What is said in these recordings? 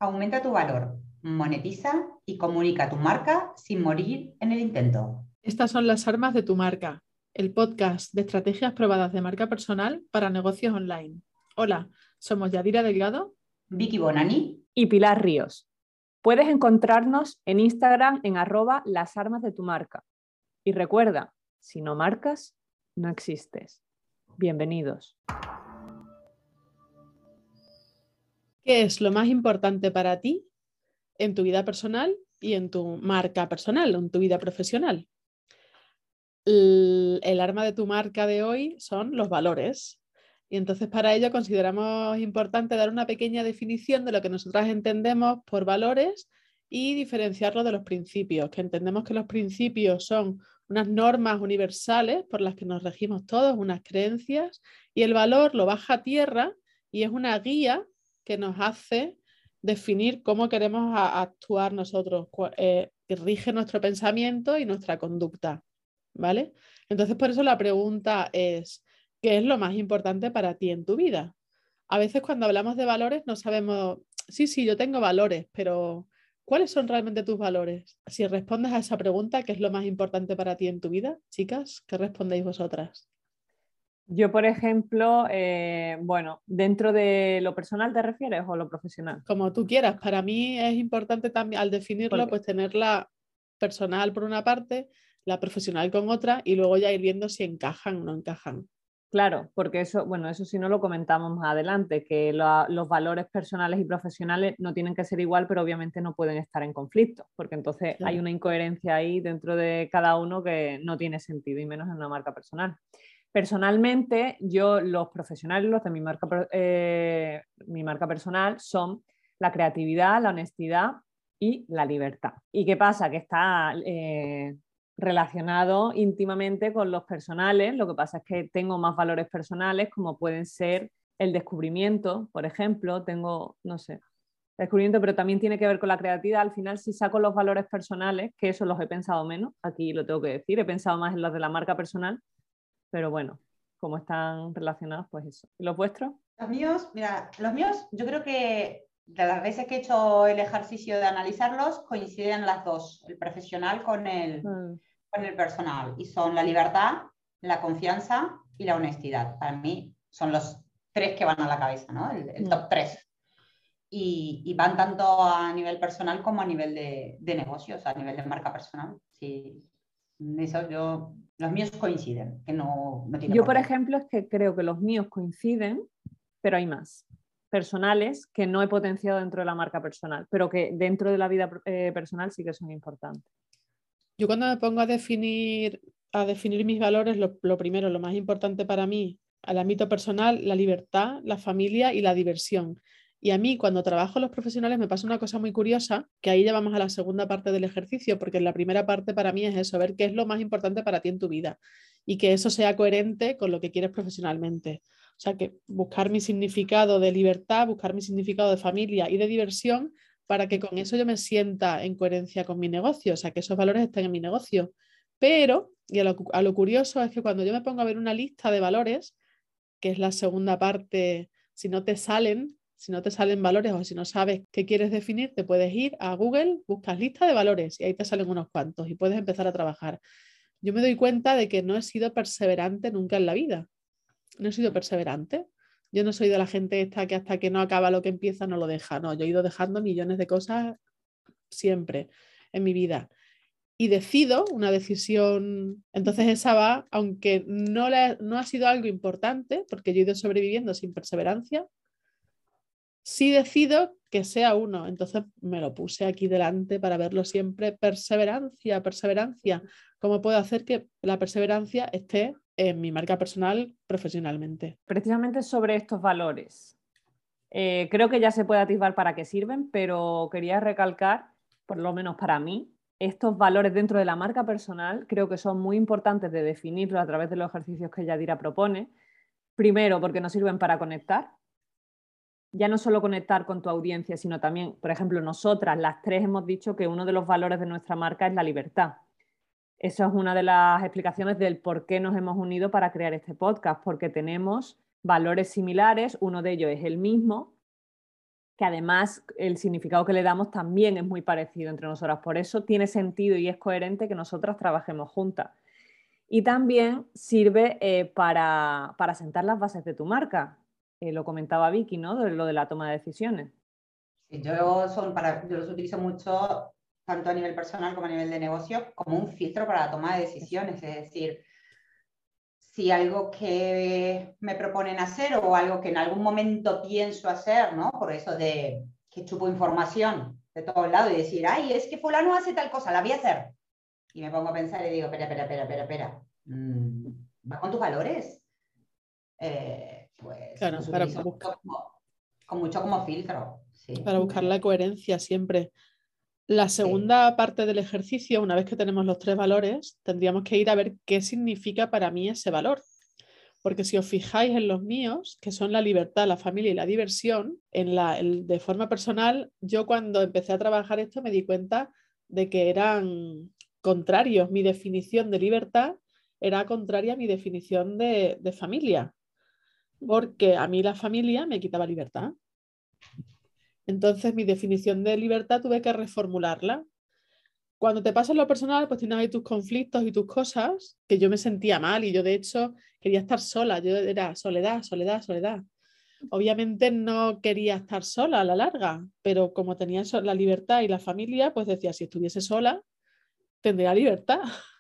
Aumenta tu valor, monetiza y comunica tu marca sin morir en el intento. Estas son las armas de tu marca, el podcast de estrategias probadas de marca personal para negocios online. Hola, somos Yadira Delgado, Vicky Bonani y Pilar Ríos. Puedes encontrarnos en Instagram en @lasarmasdetumarca. Y recuerda, si no marcas, no existes. Bienvenidos. ¿Qué es lo más importante para ti en tu vida personal y en tu marca personal, en tu vida profesional? El arma de tu marca de hoy son los valores. Y entonces para ello consideramos importante dar una pequeña definición de lo que nosotras entendemos por valores y diferenciarlo de los principios, que entendemos que los principios son unas normas universales por las que nos regimos todos, unas creencias, y el valor lo baja a tierra y es una guía que nos hace definir cómo queremos actuar nosotros, que rige nuestro pensamiento y nuestra conducta, ¿vale? Entonces por eso la pregunta es, ¿qué es lo más importante para ti en tu vida? A veces cuando hablamos de valores no sabemos, sí, yo tengo valores, pero ¿cuáles son realmente tus valores? Si respondes a esa pregunta, ¿qué es lo más importante para ti en tu vida? Chicas, ¿qué respondéis vosotras? Yo, por ejemplo, ¿dentro de lo personal te refieres o lo profesional? Como tú quieras. Para mí es importante también, al definirlo, pues tener la personal por una parte, la profesional con otra y luego ya ir viendo si encajan o no encajan. Claro, porque eso sí no lo comentamos más adelante, que los valores personales y profesionales no tienen que ser igual, pero obviamente no pueden estar en conflicto, porque entonces Claro. hay una incoherencia ahí dentro de cada uno que no tiene sentido, y menos en una marca personal. Personalmente, yo los profesionales, los de mi marca personal son la creatividad, la honestidad y la libertad. ¿Y qué pasa? Que está relacionado íntimamente con los personales. Lo que pasa es que tengo más valores personales, como pueden ser el descubrimiento, por ejemplo. Tengo, no sé, descubrimiento, pero también tiene que ver con la creatividad. Al final, si saco los valores personales, que eso los he pensado menos, aquí lo tengo que decir, he pensado más en los de la marca personal, pero bueno, como están relacionados, pues eso. ¿Y los vuestros? Los míos, mira, yo creo que de las veces que he hecho el ejercicio de analizarlos, coinciden las dos, el profesional con el personal, y son la libertad, la confianza y la honestidad. Para mí son los tres que van a la cabeza, ¿no? El top 3. Y van tanto a nivel personal como a nivel de negocios, a nivel de marca personal. Sí, eso los míos coinciden, que no tiene Yo, por por qué. ejemplo, es que creo que los míos coinciden, pero hay más personales que no he potenciado dentro de la marca personal, pero que dentro de la vida personal sí que son importantes. Yo cuando me pongo a definir mis valores, lo primero, lo más importante para mí, al ámbito personal, la libertad, la familia y la diversión. Y a mí, cuando trabajo los profesionales, me pasa una cosa muy curiosa, que ahí ya vamos a la segunda parte del ejercicio, porque en la primera parte para mí es eso, ver qué es lo más importante para ti en tu vida y que eso sea coherente con lo que quieres profesionalmente. O sea, que buscar mi significado de libertad, buscar mi significado de familia y de diversión para que con eso yo me sienta en coherencia con mi negocio, o sea, que esos valores estén en mi negocio. Pero, y a lo curioso es que cuando yo me pongo a ver una lista de valores, que es la segunda parte, si no te salen valores o si no sabes qué quieres definir, te puedes ir a Google, buscas lista de valores y ahí te salen unos cuantos y puedes empezar a trabajar. Yo me doy cuenta de que no he sido perseverante nunca en la vida. No he sido perseverante. Yo no soy de la gente esta que hasta que no acaba lo que empieza no lo deja. No, yo he ido dejando millones de cosas siempre en mi vida. Y decido una decisión, entonces esa va, aunque no ha sido algo importante, porque yo he ido sobreviviendo sin perseverancia, sí decido que sea uno. Entonces me lo puse aquí delante para verlo siempre. Perseverancia, perseverancia. ¿Cómo puedo hacer que la perseverancia esté en mi marca personal profesionalmente? Precisamente sobre estos valores. Creo que ya se puede atisbar para qué sirven, pero quería recalcar, por lo menos para mí, estos valores dentro de la marca personal creo que son muy importantes de definirlos a través de los ejercicios que Yadira propone. Primero, porque nos sirven para conectar. Ya no solo conectar con tu audiencia, sino también, por ejemplo, nosotras, las tres, hemos dicho que uno de los valores de nuestra marca es la libertad. Eso es una de las explicaciones del por qué nos hemos unido para crear este podcast, porque tenemos valores similares, uno de ellos es el mismo, que además el significado que le damos también es muy parecido entre nosotras. Por eso tiene sentido y es coherente que nosotras trabajemos juntas. Y también sirve para sentar las bases de tu marca. Lo comentaba Vicky, ¿no? De lo de la toma de decisiones. Sí, yo los utilizo mucho, tanto a nivel personal como a nivel de negocio, como un filtro para la toma de decisiones. Es decir, si algo que me proponen hacer o algo que en algún momento pienso hacer, ¿no? Por eso de que chupo información de todos lados y decir, ay, es que fulano hace tal cosa, la voy a hacer. Y me pongo a pensar y digo, espera. ¿Va con tus valores? Pues Claro, los utilizo mucho como filtro. Sí. Para buscar la coherencia siempre. La segunda parte del ejercicio, una vez que tenemos los 3 valores, tendríamos que ir a ver qué significa para mí ese valor. Porque si os fijáis en los míos, que son la libertad, la familia y la diversión, de forma personal, yo cuando empecé a trabajar esto me di cuenta de que eran contrarios. Mi definición de libertad era contraria a mi definición de familia, porque a mí la familia me quitaba libertad. Entonces mi definición de libertad tuve que reformularla. Cuando te pasa en lo personal, pues tienes ahí tus conflictos y tus cosas, que yo me sentía mal y yo de hecho quería estar sola, yo era soledad. Obviamente no quería estar sola a la larga, pero como tenía la libertad y la familia, pues decía, si estuviese sola, tendría libertad.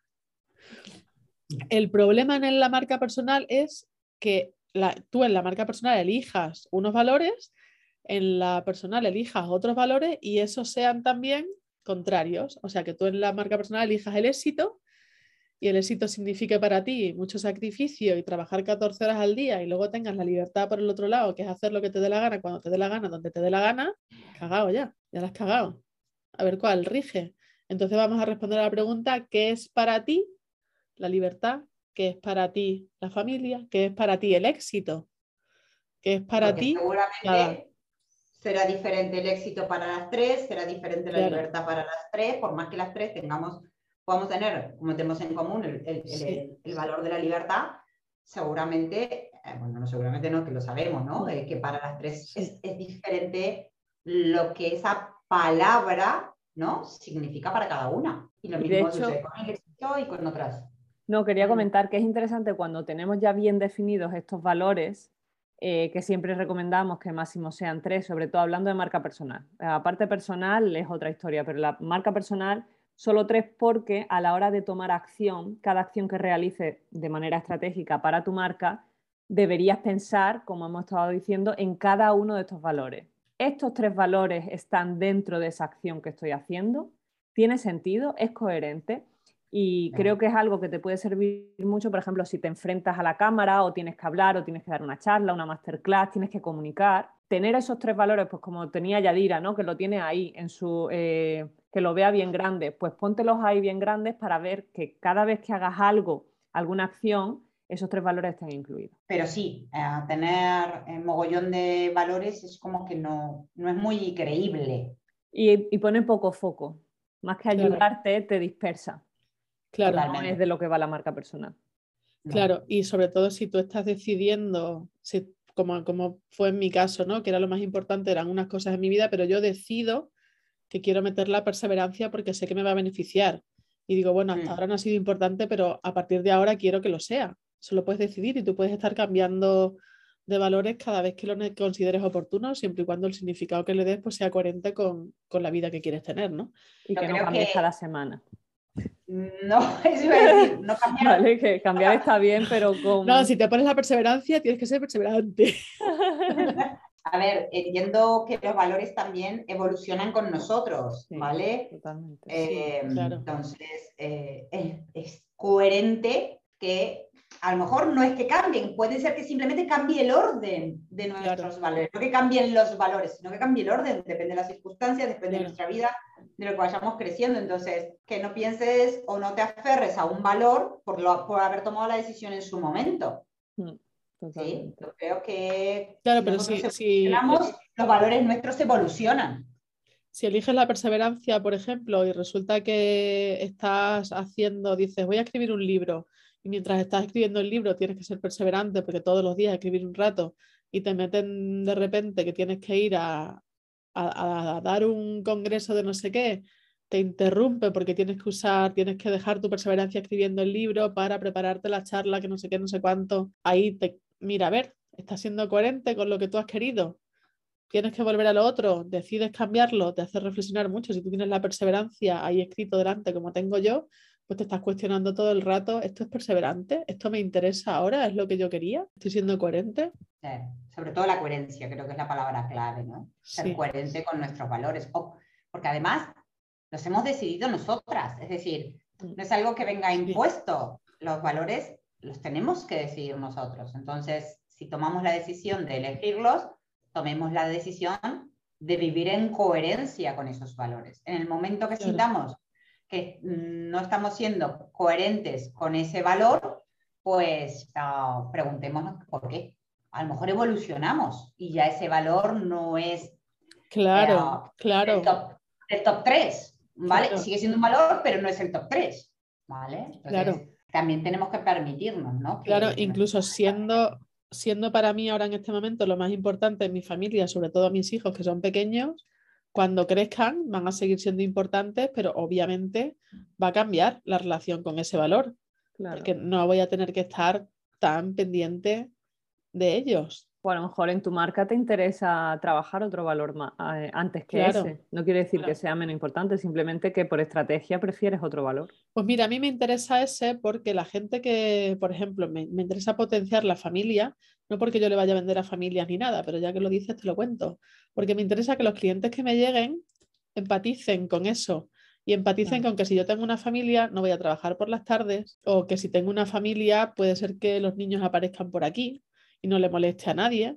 El problema en la marca personal es que tú en la marca personal elijas unos valores, en la personal elijas otros valores y esos sean también contrarios. O sea, que tú en la marca personal elijas el éxito y el éxito signifique para ti mucho sacrificio y trabajar 14 horas al día y luego tengas la libertad por el otro lado, que es hacer lo que te dé la gana, cuando te dé la gana, donde te dé la gana, cagado ya la has cagado. A ver cuál rige. Entonces vamos a responder a la pregunta, ¿qué es para ti la libertad? ¿Qué es para ti la familia? ¿Qué es para ti el éxito? ¿Qué es para Porque ti nada? seguramente será diferente el éxito para las 3, será diferente la Claro. libertad para las 3, por más que las 3 podamos tener, como tenemos en común, Sí. el valor de la libertad, seguramente, bueno, no seguramente no, que lo sabemos, ¿no? Que para las 3 Sí. es diferente lo que esa palabra, ¿no? Significa para cada una. Y lo mismo sucede con el éxito y con otras. No, quería comentar que es interesante cuando tenemos ya bien definidos estos valores, que siempre recomendamos que máximo sean 3, sobre todo hablando de marca personal. La parte personal es otra historia, pero la marca personal solo 3 porque a la hora de tomar acción, cada acción que realices de manera estratégica para tu marca, deberías pensar, como hemos estado diciendo, en cada uno de estos valores. ¿Estos 3 valores están dentro de esa acción que estoy haciendo? ¿Tiene sentido? ¿Es coherente? Y creo que es algo que te puede servir mucho, por ejemplo, si te enfrentas a la cámara o tienes que hablar o tienes que dar una charla, una masterclass, tienes que comunicar. Tener esos 3 valores, pues como tenía Yadira, ¿no? Que lo tiene ahí, que lo vea bien grande, pues póntelos ahí bien grandes para ver que cada vez que hagas algo, alguna acción, esos 3 valores estén incluidos. Pero sí, tener mogollón de valores es como que no es muy creíble. Y pone poco foco. Más que ayudarte, Claro. te dispersa. Claro. No es de lo que va la marca personal. Claro, y sobre todo si tú estás decidiendo, como fue en mi caso, ¿no? Que era lo más importante, eran unas cosas en mi vida, pero yo decido que quiero meter la perseverancia porque sé que me va a beneficiar. Y digo, bueno, hasta ahora no ha sido importante, pero a partir de ahora quiero que lo sea. Eso lo puedes decidir y tú puedes estar cambiando de valores cada vez que lo consideres oportuno, siempre y cuando el significado que le des pues, sea coherente con la vida que quieres tener, ¿no? Y que no cambies cada semana. No, eso iba a decir, no cambiar. Vale, que cambiar está bien, pero con... No, si te pones la perseverancia, tienes que ser perseverante. A ver, entiendo que los valores también evolucionan con nosotros, Sí, ¿vale? totalmente. Sí, claro. Entonces, es coherente que a lo mejor no es que cambien, puede ser que simplemente cambie el orden de nuestros valores, no que cambien los valores, sino que cambie el orden, depende de las circunstancias, depende de nuestra vida, de lo que vayamos creciendo. Entonces, que no pienses o no te aferres a un valor por haber tomado la decisión en su momento. Sí, yo creo que claro, si pero nosotros evolucionamos, los valores nuestros evolucionan. Si eliges la perseverancia, por ejemplo, y resulta que dices, voy a escribir un libro, y mientras estás escribiendo el libro tienes que ser perseverante porque todos los días escribir un rato y te meten de repente que tienes que ir a a dar un congreso de no sé qué, te interrumpe porque tienes que dejar tu perseverancia escribiendo el libro para prepararte la charla, que no sé qué, no sé cuánto. Ahí mira, a ver, estás siendo coherente con lo que tú has querido. Tienes que volver a lo otro, decides cambiarlo, te hace reflexionar mucho. Si tú tienes la perseverancia ahí escrito delante como tengo yo, pues te estás cuestionando todo el rato, ¿esto es perseverante? ¿Esto me interesa ahora? ¿Es lo que yo quería? ¿Estoy siendo coherente? Sí. Sobre todo la coherencia, creo que es la palabra clave, ¿no? Sí. Ser coherente con nuestros valores. Porque además los hemos decidido nosotras, es decir, no es algo que venga impuesto. Los valores los tenemos que decidir nosotros. Entonces, si tomamos la decisión de elegirlos, tomemos la decisión de vivir en coherencia con esos valores. En el momento que sintamos que no estamos siendo coherentes con ese valor, pues preguntémonos por qué. A lo mejor evolucionamos y ya ese valor no es claro. el top 3, ¿vale? Claro. Sigue siendo un valor, pero no es el top 3, ¿vale? Entonces, claro. También tenemos que permitirnos, ¿no? Claro, incluso siendo para mí ahora en este momento lo más importante en mi familia, sobre todo mis hijos que son pequeños, cuando crezcan van a seguir siendo importantes, pero obviamente va a cambiar la relación con ese valor, porque no voy a tener que estar tan pendiente de ellos. O a lo mejor en tu marca te interesa trabajar otro valor antes que ese. No quiere decir que sea menos importante, simplemente que por estrategia prefieres otro valor. Pues mira, a mí me interesa ese porque la gente que, por ejemplo, me interesa potenciar la familia, no porque yo le vaya a vender a familias ni nada, pero ya que lo dices te lo cuento, porque me interesa que los clientes que me lleguen empaticen con eso y empaticen con que si yo tengo una familia no voy a trabajar por las tardes, o que si tengo una familia puede ser que los niños aparezcan por aquí y no le moleste a nadie.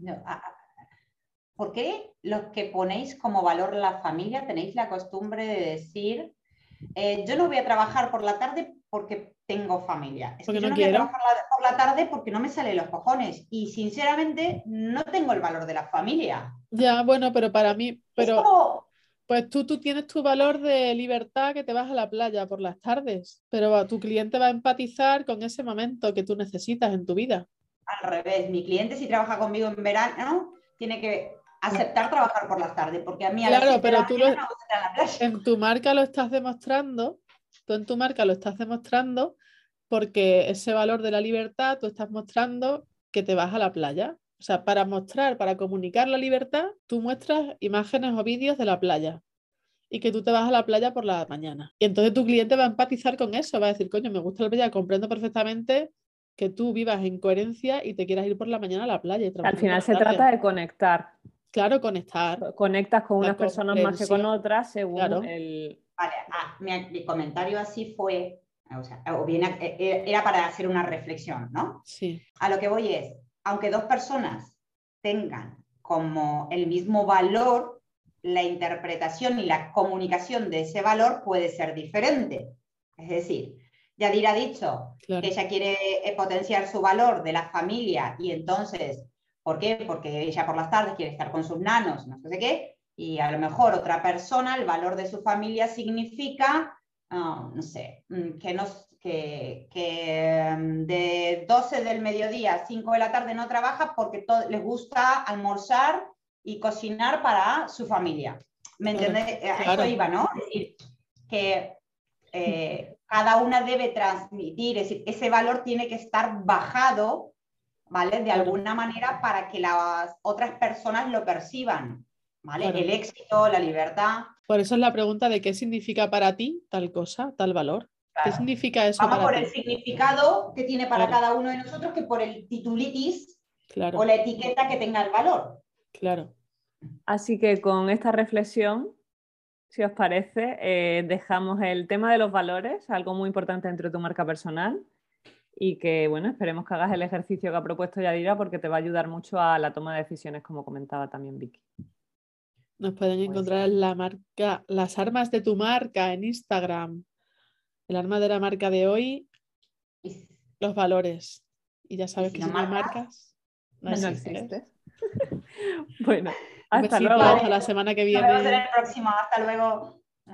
¿Por qué los que ponéis como valor la familia tenéis la costumbre de decir yo no voy a trabajar por la tarde porque tengo familia? Es porque que yo no voy a trabajar por la tarde porque no me salen los cojones y sinceramente no tengo el valor de la familia. Ya, bueno, pero para mí, pues tú tienes tu valor de libertad, que te vas a la playa por las tardes, pero tu cliente va a empatizar con ese momento que tú necesitas en tu vida. Al revés, mi cliente si trabaja conmigo en verano tiene que aceptar trabajar por las tardes, porque a mí a las 7 de la mañana me gusta estar en la playa. En tu marca lo estás demostrando, tú en tu marca lo estás demostrando porque ese valor de la libertad tú estás mostrando que te vas a la playa. O sea, para comunicar la libertad, tú muestras imágenes o vídeos de la playa y que tú te vas a la playa por la mañana. Y entonces tu cliente va a empatizar con eso, va a decir, coño, me gusta la playa, comprendo perfectamente que tú vivas en coherencia y te quieras ir por la mañana a la playa. Al final se trata de conectar. Claro, conectar. Conectas con unas personas más que con otras según el... Vale, mi comentario así fue, o sea, era para hacer una reflexión, ¿no? Sí. A lo que voy es, aunque dos personas tengan como el mismo valor, la interpretación y la comunicación de ese valor puede ser diferente. Es decir, Yadira ha dicho que ella quiere potenciar su valor de la familia y entonces, ¿por qué? Porque ella por las tardes quiere estar con sus nanos, no sé qué, y a lo mejor otra persona, el valor de su familia significa, no sé, que de 12 del mediodía a 5 de la tarde no trabaja porque les gusta almorzar y cocinar para su familia. ¿Me entiendes? A eso iba, ¿no? Es decir, que cada una debe transmitir, es decir, ese valor tiene que estar bajado, ¿vale? De alguna manera para que las otras personas lo perciban, ¿vale? El éxito, la libertad. Por eso es la pregunta de qué significa para ti tal cosa, tal valor. ¿Qué significa eso Vamos para por ti? el significado que tiene para cada uno de nosotros que por el titulitis o la etiqueta que tenga el valor. Claro. Así que con esta reflexión, si os parece, dejamos el tema de los valores, algo muy importante dentro de tu marca personal, y que, bueno, esperemos que hagas el ejercicio que ha propuesto Yadira porque te va a ayudar mucho a la toma de decisiones, como comentaba también Vicky. Nos pueden encontrar en la marca, las armas de tu marca en Instagram. El arma de la marca de hoy, los valores. Y ya sabes que si no hay marcas, no existe. Bueno, hasta luego. Hasta la semana que viene. Nos vemos en el próximo. Hasta luego.